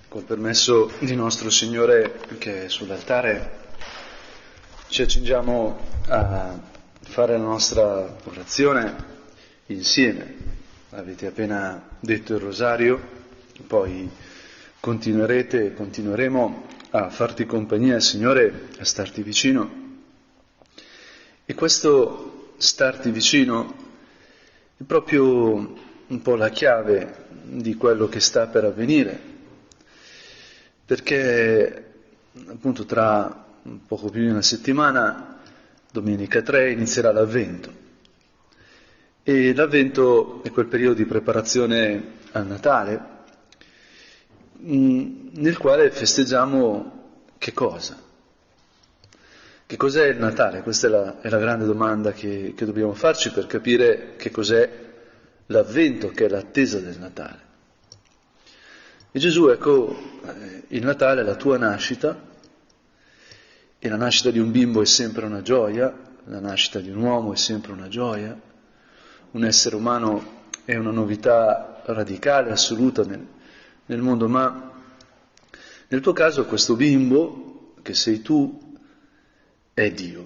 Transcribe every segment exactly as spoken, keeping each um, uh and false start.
Col permesso di nostro Signore che è sull'altare ci accingiamo a fare la nostra orazione insieme. Avete appena detto il rosario, poi continuerete e continueremo a farti compagnia, Signore, a starti vicino. E questo starti vicino è proprio un po' la chiave di quello che sta per avvenire, perché appunto tra poco più di una settimana, domenica tre, inizierà l'Avvento. E l'Avvento è quel periodo di preparazione al Natale, nel quale festeggiamo che cosa? Che cos'è il Natale? Questa è la, è la grande domanda che, che dobbiamo farci per capire che cos'è l'Avvento, che è l'attesa del Natale. E Gesù, ecco, il Natale è la tua nascita, e la nascita di un bimbo è sempre una gioia, la nascita di un uomo è sempre una gioia, un essere umano è una novità radicale, assoluta nel, nel mondo, ma nel tuo caso questo bimbo, che sei tu, è Dio.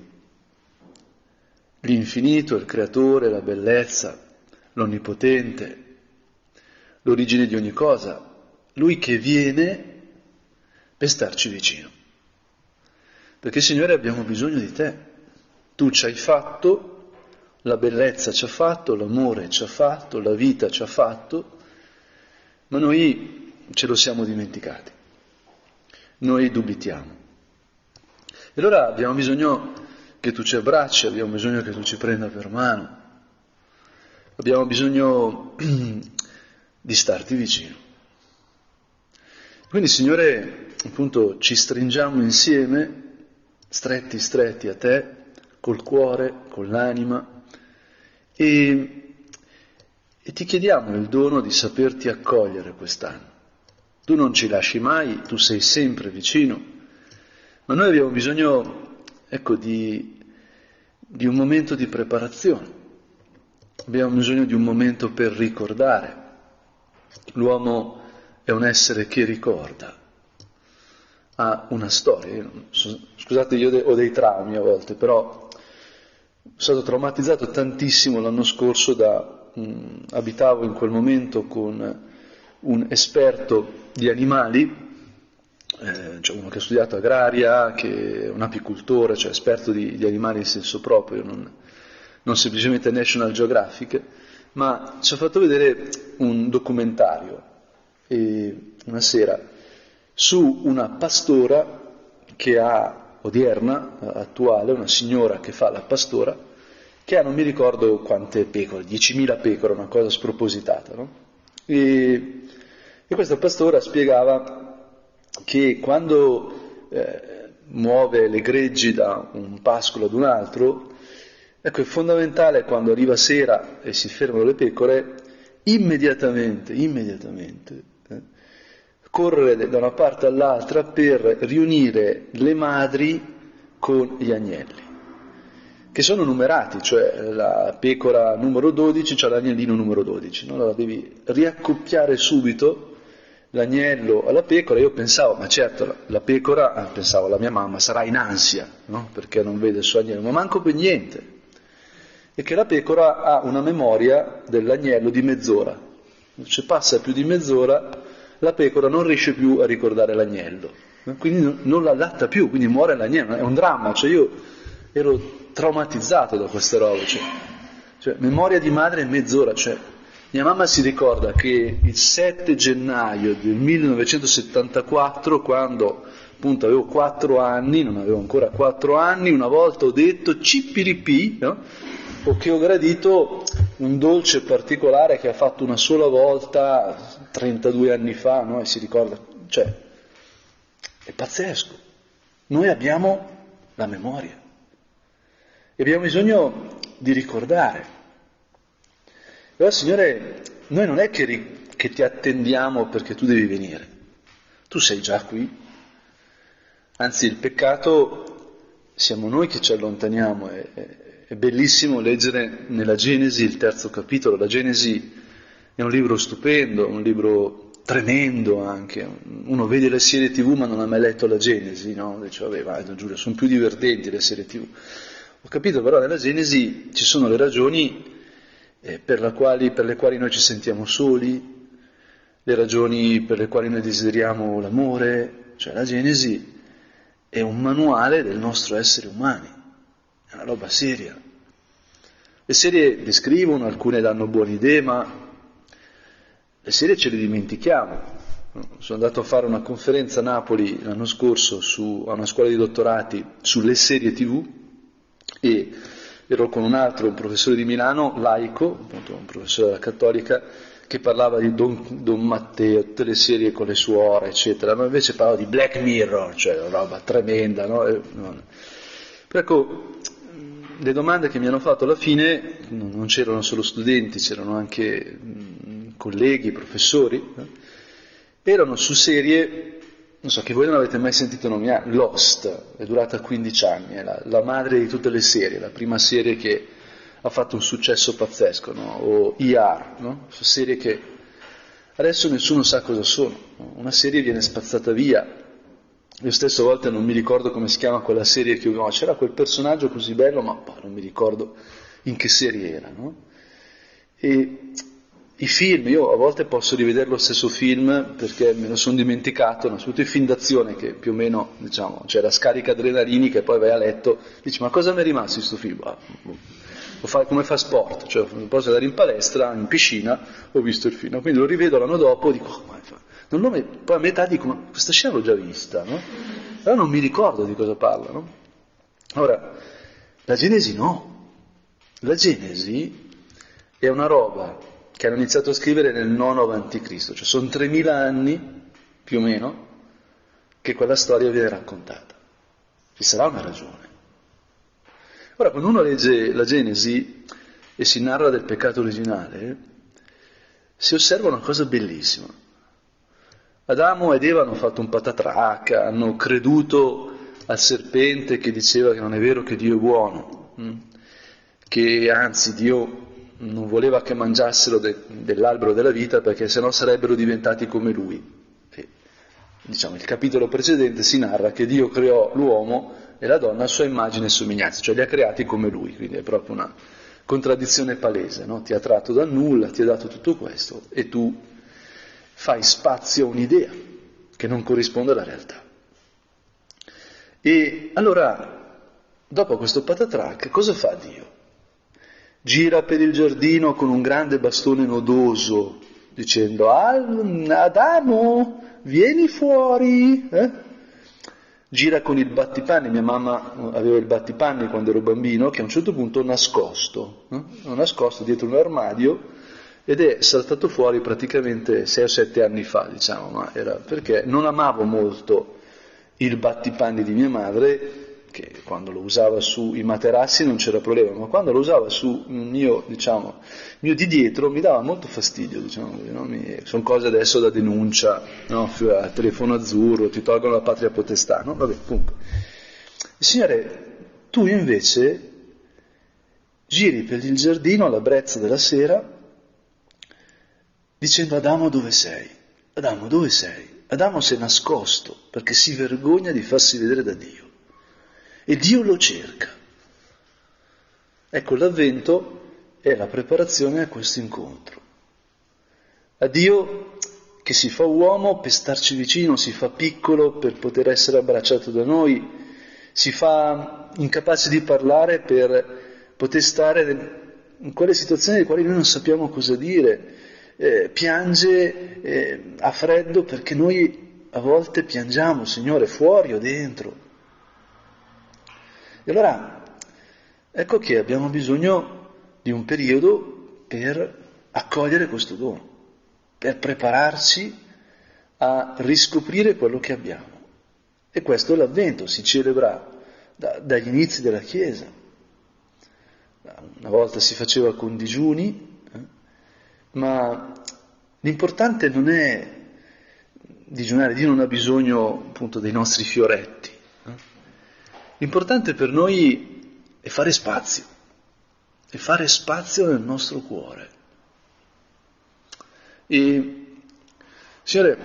L'infinito, il creatore, la bellezza, l'onnipotente, l'origine di ogni cosa, Lui che viene per starci vicino. Perché, Signore, abbiamo bisogno di te. Tu ci hai fatto, la bellezza ci ha fatto, l'amore ci ha fatto, la vita ci ha fatto, ma noi ce lo siamo dimenticati. Noi dubitiamo. E allora abbiamo bisogno che tu ci abbracci, abbiamo bisogno che tu ci prenda per mano, abbiamo bisogno di starti vicino. Quindi, Signore, appunto, ci stringiamo insieme, stretti stretti a te, col cuore, con l'anima, e, e ti chiediamo il dono di saperti accogliere quest'anno. Tu non ci lasci mai, tu sei sempre vicino, ma noi abbiamo bisogno, ecco, di, di un momento di preparazione, abbiamo bisogno di un momento per ricordare. L'uomo è un essere che ricorda, ha una storia. Scusate, io ho dei traumi a volte, però sono stato traumatizzato tantissimo l'anno scorso da, mh, abitavo in quel momento con un esperto di animali, eh, cioè uno che ha studiato agraria, che è un apicultore, cioè esperto di, di animali in senso proprio, non, non semplicemente National Geographic, ma ci ha fatto vedere un documentario e una sera su una pastora che ha, odierna, attuale, una signora che fa la pastora, che ha non mi ricordo quante pecore, diecimila pecore, una cosa spropositata, no? E, e questa pastora spiegava che quando eh, muove le greggi da un pascolo ad un altro, ecco, è fondamentale quando arriva sera e si fermano le pecore, immediatamente, immediatamente, correre da una parte all'altra per riunire le madri con gli agnelli, che sono numerati, cioè la pecora numero dodici c'ha l'agnellino numero dodici, no? Allora devi riaccoppiare subito l'agnello alla pecora. Io pensavo, ma certo, la, la pecora, pensavo la mia mamma, sarà in ansia, no? Perché non vede il suo agnello, ma manco per niente, e che la pecora ha una memoria dell'agnello di mezz'ora, se passa più di mezz'ora la pecora non riesce più a ricordare l'agnello, quindi non l'allatta più, quindi muore l'agnello. È un dramma, cioè io ero traumatizzato da queste robe, cioè, cioè memoria di madre in mezz'ora, cioè mia mamma si ricorda che il sette gennaio del millenovecentosettantaquattro, quando appunto avevo quattro anni, non avevo ancora quattro anni, una volta ho detto cipiripì, no? O che ho gradito un dolce particolare che ha fatto una sola volta trentadue anni fa, no? E si ricorda, cioè, è pazzesco. Noi abbiamo la memoria e abbiamo bisogno di ricordare. E allora, Signore, noi non è che, ri- che ti attendiamo perché tu devi venire, tu sei già qui, anzi il peccato siamo noi che ci allontaniamo. E, e, È bellissimo leggere nella Genesi il terzo capitolo. La Genesi è un libro stupendo, un libro tremendo anche. Uno vede le serie tivù ma non ha mai letto la Genesi, no? Dice, vabbè, vai, Don Giulio, sono più divertenti le serie tivù. Ho capito, però nella Genesi ci sono le ragioni eh, per, la quali, per le quali noi ci sentiamo soli, le ragioni per le quali noi desideriamo l'amore, cioè la Genesi è un manuale del nostro essere umani, è una roba seria. Le serie descrivono, alcune danno buone idee, ma le serie ce le dimentichiamo. Sono andato a fare una conferenza a Napoli l'anno scorso su, a una scuola di dottorati sulle serie tivù e ero con un altro, un professore di Milano, laico, appunto un professore della Cattolica, che parlava di Don, Don Matteo, tutte le serie con le suore, eccetera, ma invece parlava di Black Mirror, cioè una roba tremenda, no? E, no. Però ecco, le domande che mi hanno fatto alla fine, non c'erano solo studenti, c'erano anche mh, colleghi, professori, eh? Erano su serie, non so, che voi non avete mai sentito nominare, Lost, è durata quindici anni, è la, la madre di tutte le serie, la prima serie che ha fatto un successo pazzesco, no? O E R, no? Serie che adesso nessuno sa cosa sono, no? Una serie viene spazzata via. Io stesso a volte non mi ricordo come si chiama quella serie che no, c'era quel personaggio così bello, ma boh, non mi ricordo in che serie era, no? E i film, io a volte posso rivedere lo stesso film perché me lo sono dimenticato, no? Soprattutto i film d'azione che più o meno, diciamo, c'è la scarica adrenalinica e poi vai a letto, dici ma cosa mi è rimasto di questo film? Ah, lo fa, come fa sport, cioè posso andare in palestra, in piscina, ho visto il film, quindi lo rivedo l'anno dopo e dico, oh, ma fa? Non lo met- poi a metà dico, ma questa scena l'ho già vista, no? Però non mi ricordo di cosa parla, no? Ora, la Genesi no, la Genesi è una roba che hanno iniziato a scrivere nel nono avanti Cristo, cioè sono tremila anni, più o meno, che quella storia viene raccontata. Ci sarà una ragione. Ora, quando uno legge la Genesi e si narra del peccato originale, si osserva una cosa bellissima. Adamo ed Eva hanno fatto un patatracca, hanno creduto al serpente che diceva che non è vero che Dio è buono, che anzi Dio non voleva che mangiassero de, dell'albero della vita perché sennò sarebbero diventati come lui. E, diciamo, il capitolo precedente si narra che Dio creò l'uomo e la donna a sua immagine e somiglianza, cioè li ha creati come lui, quindi è proprio una contraddizione palese, no? Ti ha tratto dal nulla, ti ha dato tutto questo e tu fai spazio a un'idea che non corrisponde alla realtà. E allora, dopo questo patatrac, cosa fa Dio? Gira per il giardino con un grande bastone nodoso, dicendo, Adamo, vieni fuori. Eh? Gira con il battipanni, mia mamma aveva il battipanni quando ero bambino, che a un certo punto nascosto, eh? nascosto dietro un armadio, ed è saltato fuori praticamente sei o sette anni fa, diciamo, ma era perché non amavo molto il battipanni di mia madre, che quando lo usava sui materassi non c'era problema, ma quando lo usava su mio, diciamo, mio di dietro mi dava molto fastidio, diciamo, no? Mi, sono cose adesso da denuncia, no? Telefono azzurro, ti tolgono la patria potestà, no? Vabbè, comunque. Il Signore, tu invece giri per il giardino alla brezza della sera dicendo Adamo dove sei? Adamo dove sei? Adamo si è nascosto perché si vergogna di farsi vedere da Dio. E Dio lo cerca. Ecco, l'avvento è la preparazione a questo incontro. A Dio che si fa uomo per starci vicino, si fa piccolo per poter essere abbracciato da noi, si fa incapace di parlare per poter stare in quelle situazioni nelle quali noi non sappiamo cosa dire, eh, piange eh, a freddo perché noi a volte piangiamo, Signore, fuori o dentro. E allora, ecco che abbiamo bisogno di un periodo per accogliere questo dono, per prepararci a riscoprire quello che abbiamo. E questo è l'Avvento, si celebra da, dagli inizi della Chiesa. Una volta si faceva con digiuni, eh? Ma l'importante non è digiunare, Dio non ha bisogno appunto dei nostri fioretti. L'importante per noi è fare spazio, è fare spazio nel nostro cuore. E il Signore,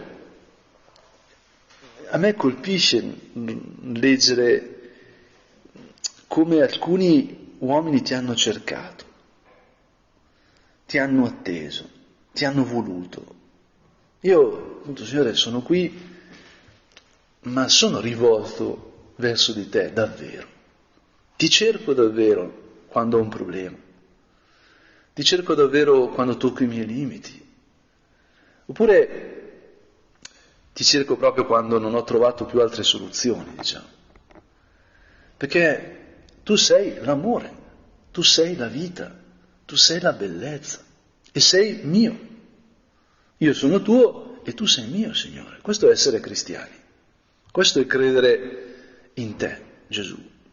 a me colpisce leggere come alcuni uomini ti hanno cercato, ti hanno atteso, ti hanno voluto. Io, appunto, Signore, sono qui, ma sono rivolto verso di te davvero. Ti cerco davvero quando ho un problema. Ti cerco davvero quando tocco i miei limiti. Oppure ti cerco proprio quando non ho trovato più altre soluzioni, diciamo. Perché tu sei l'amore, tu sei la vita, tu sei la bellezza e sei mio. Io sono tuo e tu sei mio, Signore. Questo è essere cristiani. Questo è credere in te, Gesù.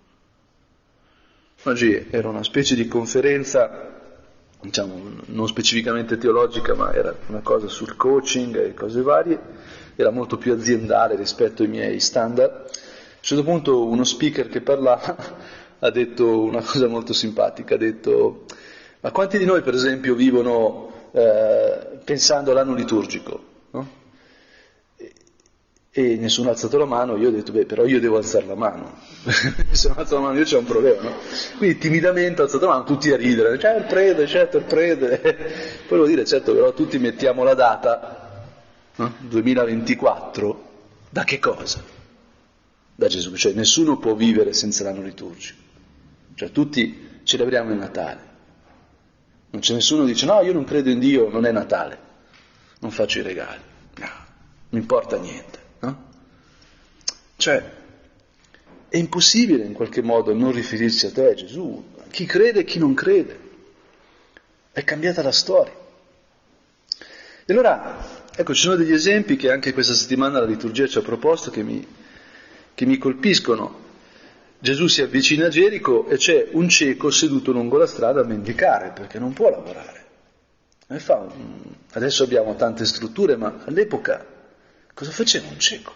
Oggi era una specie di conferenza, diciamo, non specificamente teologica, ma era una cosa sul coaching e cose varie, era molto più aziendale rispetto ai miei standard. A un certo punto uno speaker che parlava ha detto una cosa molto simpatica, ha detto: ma quanti di noi per esempio vivono eh, pensando all'anno liturgico, no? E, e nessuno ha alzato la mano. Io ho detto: beh, però io devo alzare la mano. Se non alzo la mano io c'è un problema, no? Quindi timidamente ho alzato la mano, tutti a ridere, cioè il prete, certo il prete. Poi devo dire, certo, però tutti mettiamo la data, no? duemilaventiquattro, da che cosa? Da Gesù, cioè nessuno può vivere senza l'anno liturgico, cioè tutti celebriamo il Natale, non c'è nessuno che dice no, io non credo in Dio, non è Natale, non faccio i regali, no, non importa niente, no? Cioè è impossibile in qualche modo non riferirsi a te, Gesù, chi crede e chi non crede, è cambiata la storia. E allora, ecco, ci sono degli esempi che anche questa settimana la liturgia ci ha proposto che mi, che mi colpiscono. Gesù si avvicina a Gerico e c'è un cieco seduto lungo la strada a mendicare perché non può lavorare. E fa, adesso abbiamo tante strutture, ma all'epoca cosa faceva un cieco?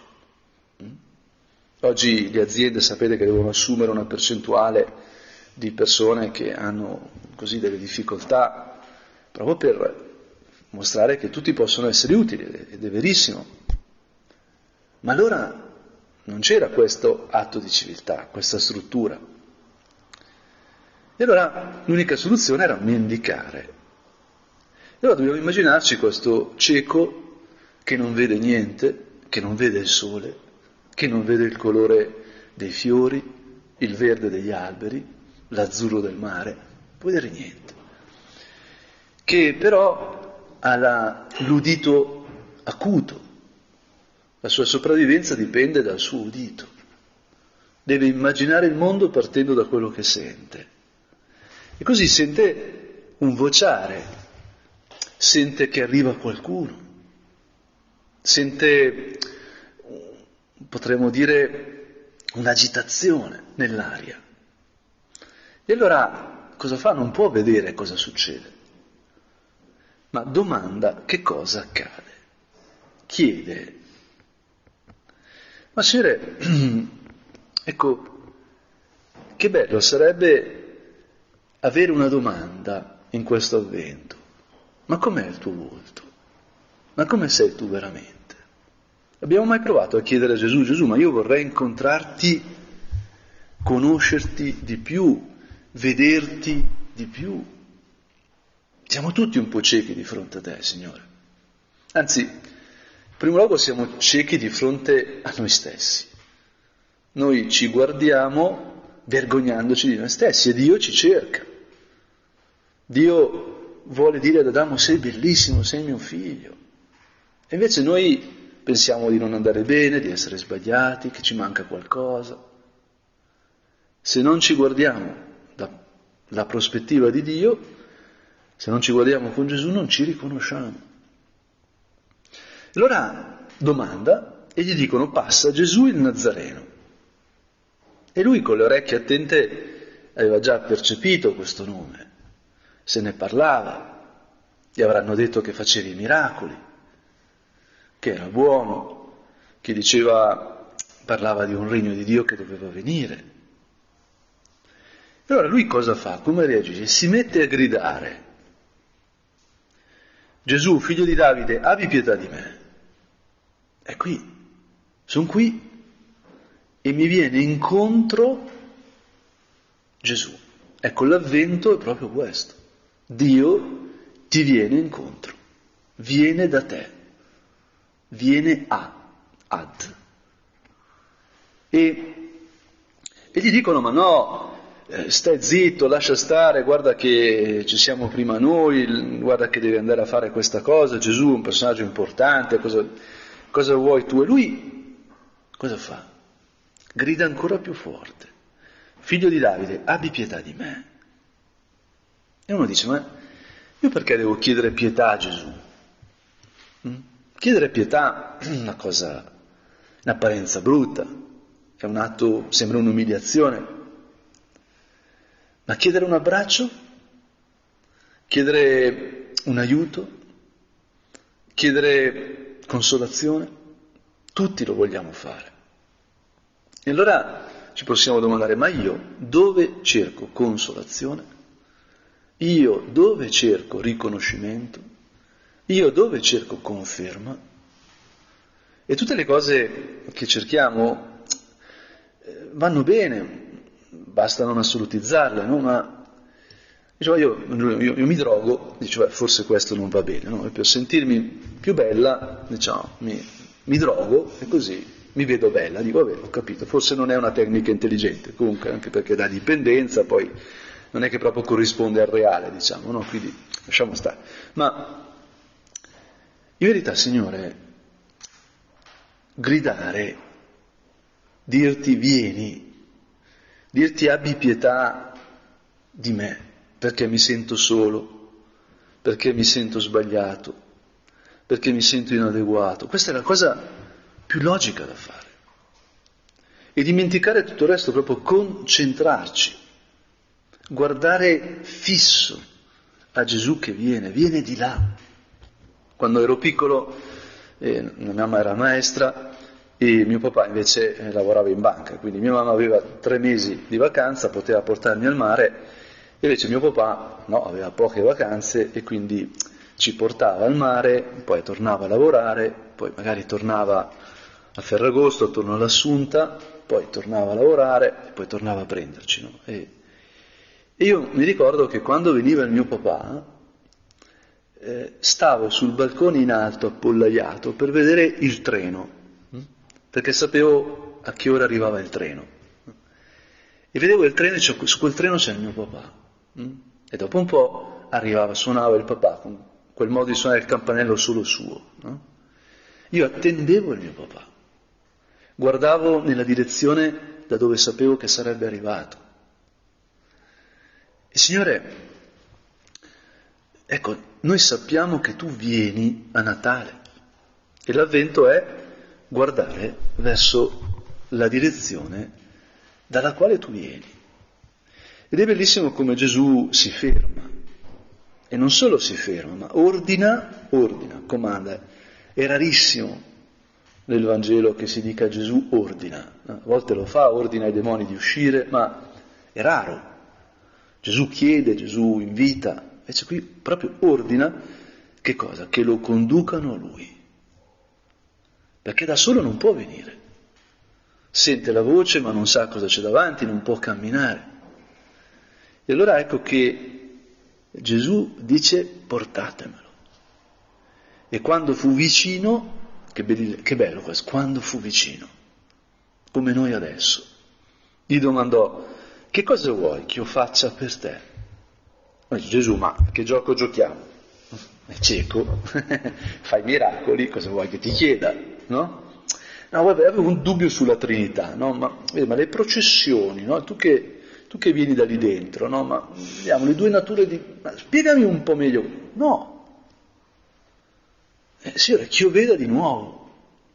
Oggi le aziende sapete che devono assumere una percentuale di persone che hanno così delle difficoltà proprio per mostrare che tutti possono essere utili, ed è verissimo. Ma allora non c'era questo atto di civiltà, questa struttura. E allora l'unica soluzione era mendicare. E allora dobbiamo immaginarci questo cieco che non vede niente, che non vede il sole, che non vede il colore dei fiori, il verde degli alberi, l'azzurro del mare, non può vedere niente. Che però ha la, l'udito acuto, la sua sopravvivenza dipende dal suo udito, deve immaginare il mondo partendo da quello che sente, e così sente un vociare, sente che arriva qualcuno, sente, potremmo dire, un'agitazione nell'aria. E allora cosa fa? Non può vedere cosa succede, ma domanda che cosa accade, chiede. Ma Signore, ecco, che bello sarebbe avere una domanda in questo avvento. Ma com'è il tuo volto? Ma come sei tu veramente? Abbiamo mai provato a chiedere a Gesù, Gesù, ma io vorrei incontrarti, conoscerti di più, vederti di più. Siamo tutti un po' ciechi di fronte a te, Signore. Anzi, in primo luogo siamo ciechi di fronte a noi stessi. Noi ci guardiamo vergognandoci di noi stessi e Dio ci cerca. Dio vuole dire ad Adamo: sei bellissimo, sei mio figlio. E invece noi pensiamo di non andare bene, di essere sbagliati, che ci manca qualcosa. Se non ci guardiamo dalla prospettiva di Dio, se non ci guardiamo con Gesù, non ci riconosciamo. Allora domanda e gli dicono: passa Gesù il Nazareno. E lui con le orecchie attente aveva già percepito questo nome, se ne parlava, gli avranno detto che faceva i miracoli, che era buono, che diceva, parlava di un regno di Dio che doveva venire. E allora lui cosa fa? Come reagisce? Si mette a gridare: Gesù, figlio di Davide, abbi pietà di me. è qui, sono qui e mi viene incontro Gesù. Ecco, l'avvento è proprio questo. Dio ti viene incontro, viene da te, viene a, ad. E, e gli dicono, ma no, eh, stai zitto, lascia stare, guarda che ci siamo prima noi, guarda che devi andare a fare questa cosa, Gesù è un personaggio importante, cosa, cosa vuoi tu? E lui cosa fa? Grida ancora più forte, figlio di Davide, abbi pietà di me. E uno dice, ma io perché devo chiedere pietà a Gesù? Mm? Chiedere pietà è una cosa, in apparenza brutta, è un atto, sembra un'umiliazione, ma chiedere un abbraccio, chiedere un aiuto, chiedere consolazione, tutti lo vogliamo fare. E allora ci possiamo domandare, ma io dove cerco consolazione? Io dove cerco riconoscimento? Io dove cerco conferma? E tutte le cose che cerchiamo eh, vanno bene, basta non assolutizzarle, no? Ma diceva, io, io, io mi drogo, diceva, forse questo non va bene, no? E per sentirmi più bella, diciamo, mi, mi drogo e così mi vedo bella. Dico, vabbè, ho capito, forse non è una tecnica intelligente, comunque, anche perché dà dipendenza, poi non è che proprio corrisponde al reale, diciamo, no? Quindi lasciamo stare. Ma in verità, Signore, gridare, dirti vieni, dirti abbi pietà di me, perché mi sento solo, perché mi sento sbagliato, perché mi sento inadeguato. Questa è la cosa più logica da fare. E dimenticare tutto il resto, proprio concentrarci, guardare fisso a Gesù che viene, viene di là. Quando ero piccolo, eh, mia mamma era maestra e mio papà invece eh, lavorava in banca, quindi mia mamma aveva tre mesi di vacanza, poteva portarmi al mare, e invece mio papà no, aveva poche vacanze e quindi ci portava al mare, poi tornava a lavorare, poi magari tornava a Ferragosto, tornò all'Assunta, poi tornava a lavorare e poi tornava a prenderci. No? E, e io mi ricordo che quando veniva il mio papà, eh, stavo sul balcone in alto, appollaiato, per vedere il treno, hm? perché sapevo a che ora arrivava il treno. E vedevo il treno e su quel treno c'era il mio papà. Hm? E dopo un po' arrivava, suonava il papà, con quel modo di suonare il campanello solo suo. No? Io attendevo il mio papà, guardavo nella direzione da dove sapevo che sarebbe arrivato. E Signore, ecco, noi sappiamo che tu vieni a Natale e l'avvento è guardare verso la direzione dalla quale tu vieni. Ed è bellissimo come Gesù si ferma, e non solo si ferma, ma ordina, ordina, comanda. È rarissimo nel Vangelo che si dica Gesù ordina, a volte lo fa, ordina ai demoni di uscire, ma è raro. Gesù chiede, Gesù invita, invece qui proprio ordina che cosa? Che lo conducano a Lui, perché da solo non può venire, sente la voce ma non sa cosa c'è davanti, non può camminare. E allora ecco che Gesù dice portatemelo. E quando fu vicino, che, be- che bello questo, quando fu vicino, come noi adesso, gli domandò, che cosa vuoi che io faccia per te? E dice, Gesù, ma che gioco giochiamo? È cieco, fai miracoli, cosa vuoi che ti chieda? No? No, vabbè, avevo un dubbio sulla Trinità, no? Ma, eh, ma le processioni, no? Tu che... Tu che vieni da lì dentro, no? Ma vediamo le due nature di... Ma spiegami un po' meglio. No. Eh, Signore, che io veda di nuovo.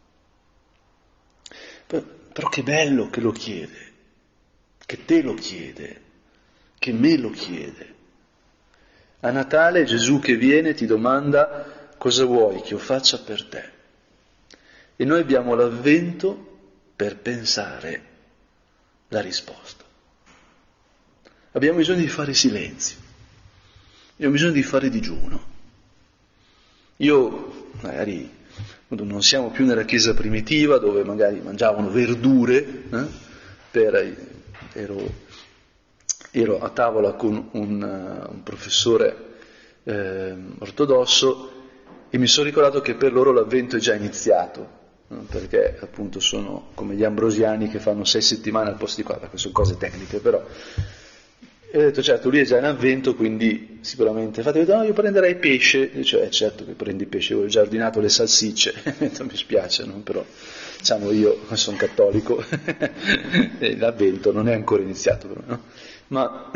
Però, però che bello che lo chiede, che te lo chiede, che me lo chiede. A Natale Gesù che viene ti domanda cosa vuoi che io faccia per te. E noi abbiamo l'avvento per pensare la risposta. Abbiamo bisogno di fare silenzio, abbiamo bisogno di fare digiuno. Io magari Non siamo più nella chiesa primitiva dove magari mangiavano verdure, eh? per, ero, ero a tavola con un, uh, un professore eh, ortodosso e mi sono ricordato che per loro l'avvento è già iniziato, no? Perché appunto sono come gli ambrosiani che fanno sei settimane al posto di quattro, queste sono cose tecniche però. E ho detto certo, lui è già in avvento, quindi sicuramente. Infatti ho detto no, io prenderei pesce. E dice, eh certo che prendi pesce, ho già ordinato le salsicce. Mi spiace, no? Però diciamo io sono cattolico e l'avvento non è ancora iniziato per me, no? Ma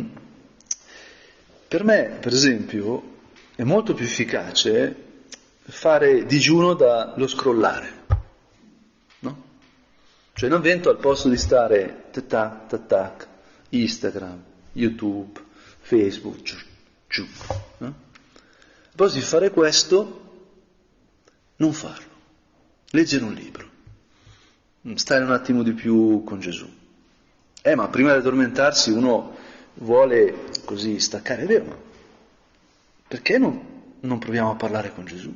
per me, per esempio, è molto più efficace fare digiuno dallo scrollare, no? Cioè in avvento al posto di stare tac tac tac, Instagram, YouTube, Facebook, giù, giù, no? Al posto di fare questo, non farlo, leggere un libro, stare un attimo di più con Gesù. Eh, ma prima di addormentarsi uno vuole così staccare, è vero, ma perché non, non proviamo a parlare con Gesù?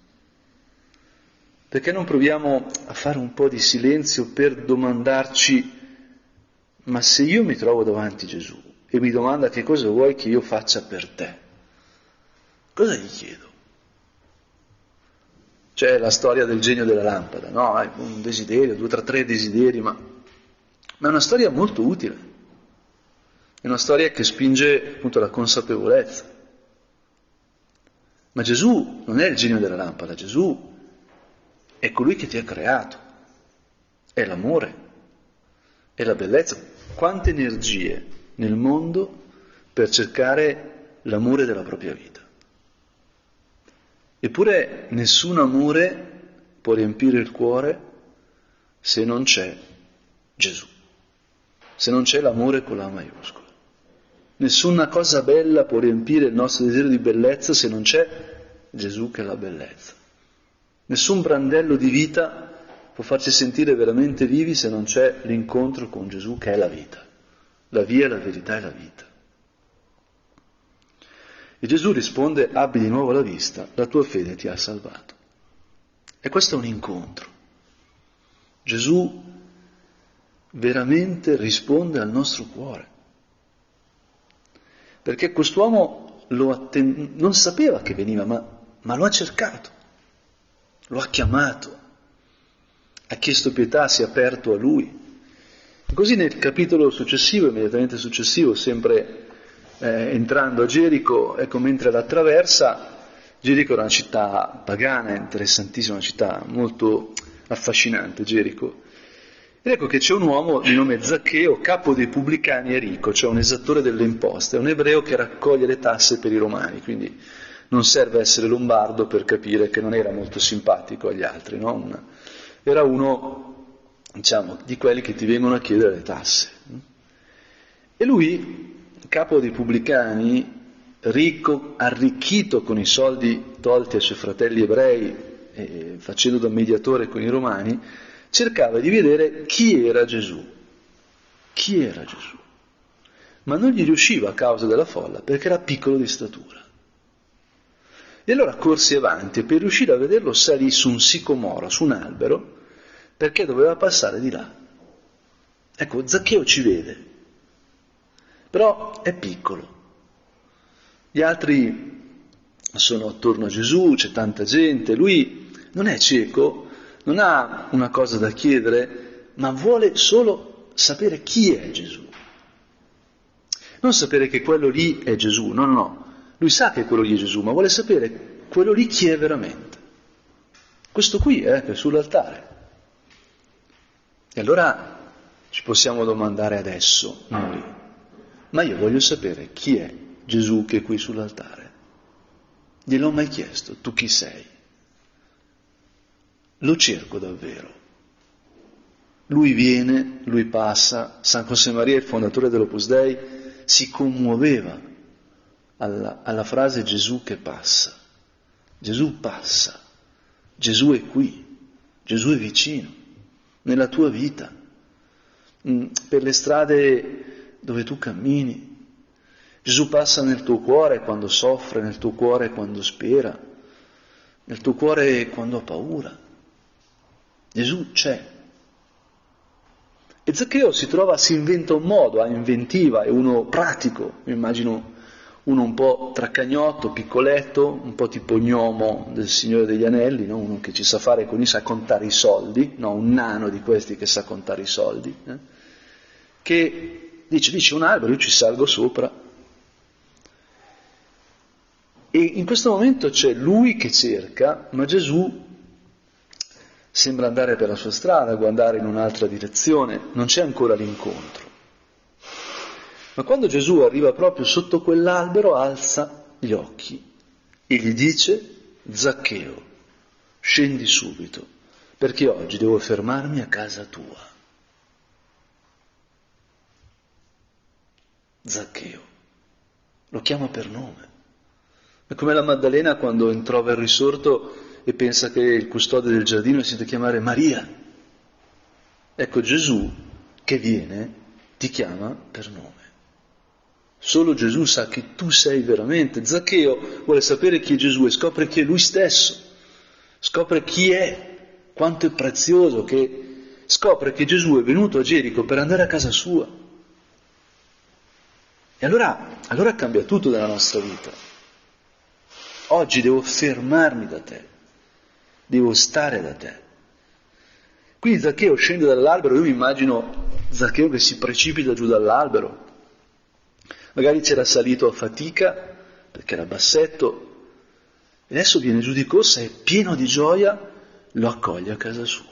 Perché non proviamo a fare un po' di silenzio per domandarci, ma se io mi trovo davanti a Gesù e mi domanda che cosa vuoi che io faccia per te, cosa gli chiedo? C'è la storia del genio della lampada, no? Hai un desiderio, due, tre, tre desideri, ma, ma è una storia molto utile, è una storia che spinge appunto alla consapevolezza. Ma Gesù non è il genio della lampada, Gesù è colui che ti ha creato, è l'amore, è la bellezza. Quante energie nel mondo per cercare l'amore della propria vita. Eppure nessun amore può riempire il cuore se non c'è Gesù, se non c'è l'amore con la maiuscola. Nessuna cosa bella può riempire il nostro desiderio di bellezza se non c'è Gesù che è la bellezza. Nessun brandello di vita può farci sentire veramente vivi se non c'è l'incontro con Gesù che è la vita, la via, la verità e la vita. E Gesù risponde, abbi di nuovo la vista, la tua fede ti ha salvato. E questo è un incontro. Gesù veramente risponde al nostro cuore. Perché quest'uomo lo atten- non sapeva che veniva, ma, ma lo ha cercato, lo ha chiamato, ha chiesto pietà, si è aperto a lui. E così nel capitolo successivo, immediatamente successivo, sempre eh, entrando a Gerico, ecco, mentre la attraversa, Gerico era una città pagana, interessantissima, una città molto affascinante, Gerico. Ed ecco che c'è un uomo di nome Zaccheo, capo dei pubblicani e ricco, cioè un esattore delle imposte, è un ebreo che raccoglie le tasse per i romani, quindi non serve essere lombardo per capire che non era molto simpatico agli altri, no? Una, era uno, diciamo, di quelli che ti vengono a chiedere le tasse. E lui, capo dei pubblicani, ricco, arricchito con i soldi tolti ai suoi fratelli ebrei, e facendo da mediatore con i romani, cercava di vedere chi era Gesù, chi era Gesù, ma non gli riusciva a causa della folla perché era piccolo di statura. E allora corse avanti e per riuscire a vederlo salì su un sicomoro, su un albero, perché doveva passare di là. Ecco, Zaccheo ci vede, però è piccolo. Gli altri sono attorno a Gesù, c'è tanta gente, lui non è cieco, non ha una cosa da chiedere, ma vuole solo sapere chi è Gesù. Non sapere che quello lì è Gesù, no, no, no. Lui sa che quello lì è Gesù, ma vuole sapere quello lì chi è veramente. Questo qui eh, è sull'altare. E allora ci possiamo domandare adesso noi, ma io voglio sapere chi è Gesù che è qui sull'altare. Gliel'ho mai chiesto, tu chi sei? Lo cerco davvero. Lui viene, lui passa, San Josemaria, il fondatore dell'Opus Dei, si commuoveva alla, alla frase Gesù che passa. Gesù passa, Gesù è qui, Gesù è vicino, nella tua vita, per le strade dove tu cammini. Gesù passa nel tuo cuore quando soffre, nel tuo cuore quando spera, nel tuo cuore quando ha paura. Gesù c'è. E Zaccheo si trova, si inventa un modo, ha inventiva, è uno pratico, mi immagino uno un po' tracagnotto, piccoletto, un po' tipo gnomo del Signore degli Anelli, no? Uno che ci sa fare con i sa contare i soldi, no? Un nano di questi che sa contare i soldi, eh? Che dice, dice un albero, io ci salgo sopra. E in questo momento c'è lui che cerca, ma Gesù sembra andare per la sua strada, guardare in un'altra direzione, non c'è ancora l'incontro. Ma quando Gesù arriva proprio sotto quell'albero, alza gli occhi e gli dice: Zaccheo, scendi subito, perché oggi devo fermarmi a casa tua. Zaccheo, lo chiama per nome. È come la Maddalena quando entrò al risorto e pensa che il custode del giardino la sente chiamare Maria. Ecco, Gesù che viene ti chiama per nome. Solo Gesù sa chi tu sei veramente. Zaccheo vuole sapere chi è Gesù e scopre chi è lui stesso. Scopre chi è, quanto è prezioso, che scopre che Gesù è venuto a Gerico per andare a casa sua. E allora, allora cambia tutto nella nostra vita. Oggi devo fermarmi da te, devo stare da te. Quindi Zaccheo scende dall'albero, io mi immagino Zaccheo che si precipita giù dall'albero. Magari c'era salito a fatica, perché era bassetto, e adesso viene giù di corsa e pieno di gioia lo accoglie a casa sua.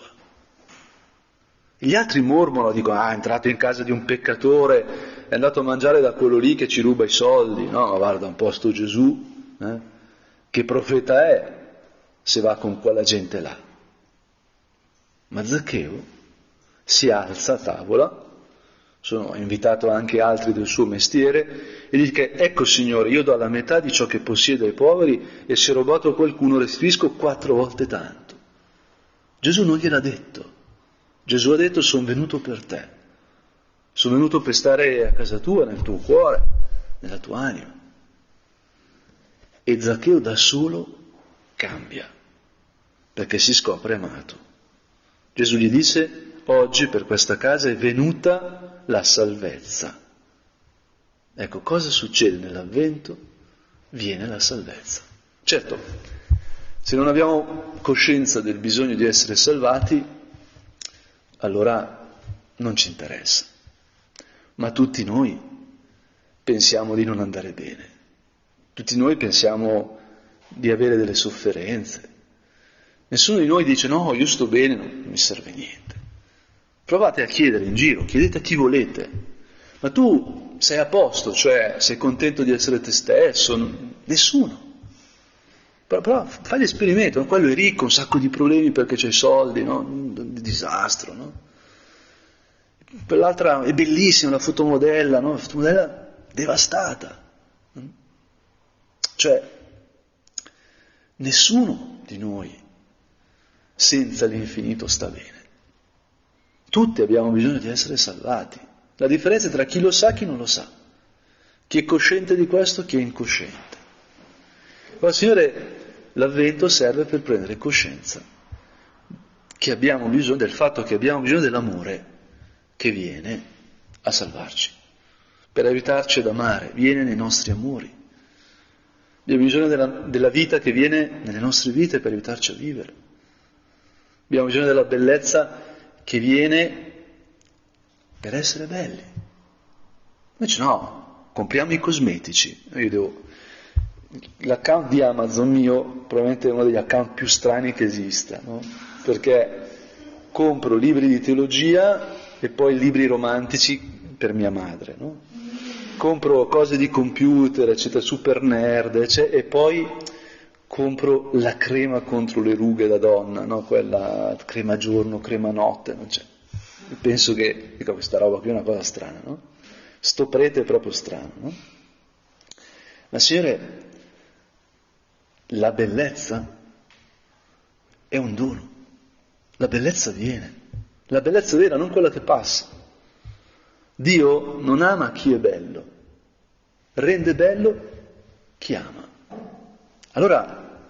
E gli altri mormono, dicono, ah, è entrato in casa di un peccatore, è andato a mangiare da quello lì che ci ruba i soldi. No, ma guarda un po' sto Gesù, eh? Che profeta è se va con quella gente là. Ma Zaccheo si alza a tavola, sono invitato anche altri del suo mestiere, e dice: ecco Signore, io do la metà di ciò che possiedo ai poveri e se ho rubato qualcuno restituisco quattro volte tanto. Gesù non gliel'ha detto. Gesù ha detto: sono venuto per te, sono venuto per stare a casa tua, nel tuo cuore, nella tua anima. E Zaccheo da solo cambia, perché si scopre amato. Gesù gli disse: oggi per questa casa è venuta la salvezza. Ecco, cosa succede nell'Avvento? Viene la salvezza. Certo, se non abbiamo coscienza del bisogno di essere salvati, allora non ci interessa. Ma tutti noi pensiamo di non andare bene. Tutti noi pensiamo di avere delle sofferenze. Nessuno di noi dice: no, io sto bene, non mi serve niente. Provate a chiedere in giro, chiedete a chi volete, ma tu sei a posto, cioè sei contento di essere te stesso? Nessuno. Però, però fai l'esperimento, quello è ricco, un sacco di problemi perché c'è i soldi, no? Un disastro, no? Quell'altra è bellissima, la fotomodella, no? La fotomodella devastata. Cioè, nessuno di noi senza l'infinito sta bene. Tutti abbiamo bisogno di essere salvati. La differenza è tra chi lo sa e chi non lo sa. Chi è cosciente di questo e chi è incosciente. Ma Signore, l'Avvento serve per prendere coscienza che abbiamo bisogno del fatto che abbiamo bisogno dell'amore che viene a salvarci, per aiutarci ad amare, viene nei nostri amori. Abbiamo bisogno della, della vita che viene nelle nostre vite per aiutarci a vivere. Abbiamo bisogno della bellezza che viene per essere belli. Invece no, compriamo i cosmetici. Io devo... L'account di Amazon mio probabilmente è uno degli account più strani che esista, no? Perché compro libri di teologia e poi libri romantici per mia madre, no? Compro cose di computer, eccetera, super nerd, eccetera, e poi compro la crema contro le rughe da donna, no? Quella crema giorno, crema notte, non c'è. Penso che, dico, questa roba qui è una cosa strana, no? Sto prete è proprio strano, no? Ma Signore, la bellezza è un dono. La bellezza viene. La bellezza vera, non quella che passa. Dio non ama chi è bello, rende bello chi ama. Allora,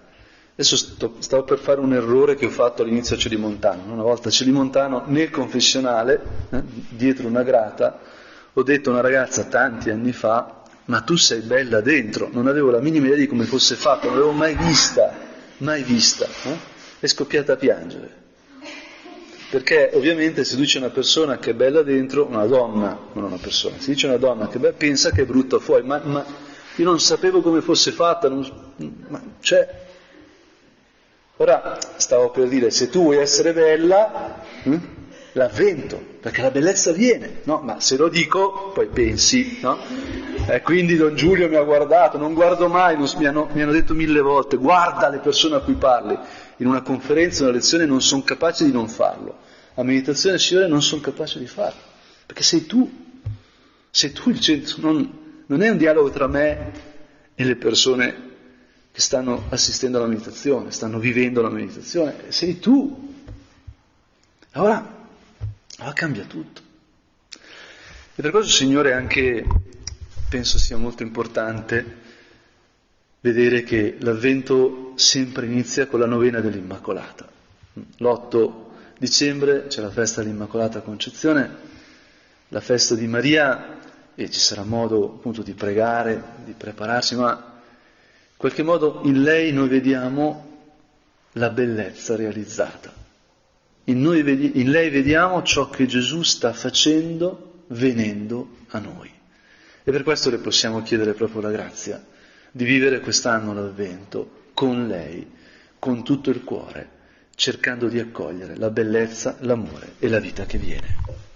Adesso sto, stavo per fare un errore che ho fatto all'inizio a Celimontano. Una volta a Celimontano, nel confessionale, eh, dietro una grata, ho detto a una ragazza tanti anni fa: ma tu sei bella dentro. Non avevo la minima idea di come fosse fatta, non l'avevo mai vista, mai vista. Eh? È scoppiata a piangere. Perché ovviamente se dice una persona che è bella dentro, una donna, non una persona, se dice una donna che è bella, pensa che è brutta fuori, ma, ma io non sapevo come fosse fatta, non, ma cioè... Ora stavo per dire, se tu vuoi essere bella, hm, l'avvento, perché la bellezza viene, no? Ma se lo dico, poi pensi, no? E quindi Don Giulio mi ha guardato, non guardo mai, non, mi, hanno, mi hanno detto mille volte, guarda le persone a cui parli. In una conferenza, una lezione non sono capace di non farlo. A meditazione, Signore, non sono capace di farlo. Perché sei tu, sei tu il centro, non, non è un dialogo tra me e le persone che stanno assistendo alla meditazione, stanno vivendo la meditazione, sei tu. Allora, allora cambia tutto. E per questo, Signore, anche penso sia molto importante vedere che l'Avvento sempre inizia con la novena dell'Immacolata. L'otto dicembre c'è la festa dell'Immacolata Concezione, la festa di Maria, e ci sarà modo appunto di pregare, di prepararsi, ma in qualche modo in lei noi vediamo la bellezza realizzata. In, noi vedi- in lei vediamo ciò che Gesù sta facendo venendo a noi. E per questo le possiamo chiedere proprio la grazia di vivere quest'anno l'Avvento con lei, con tutto il cuore, cercando di accogliere la bellezza, l'amore e la vita che viene.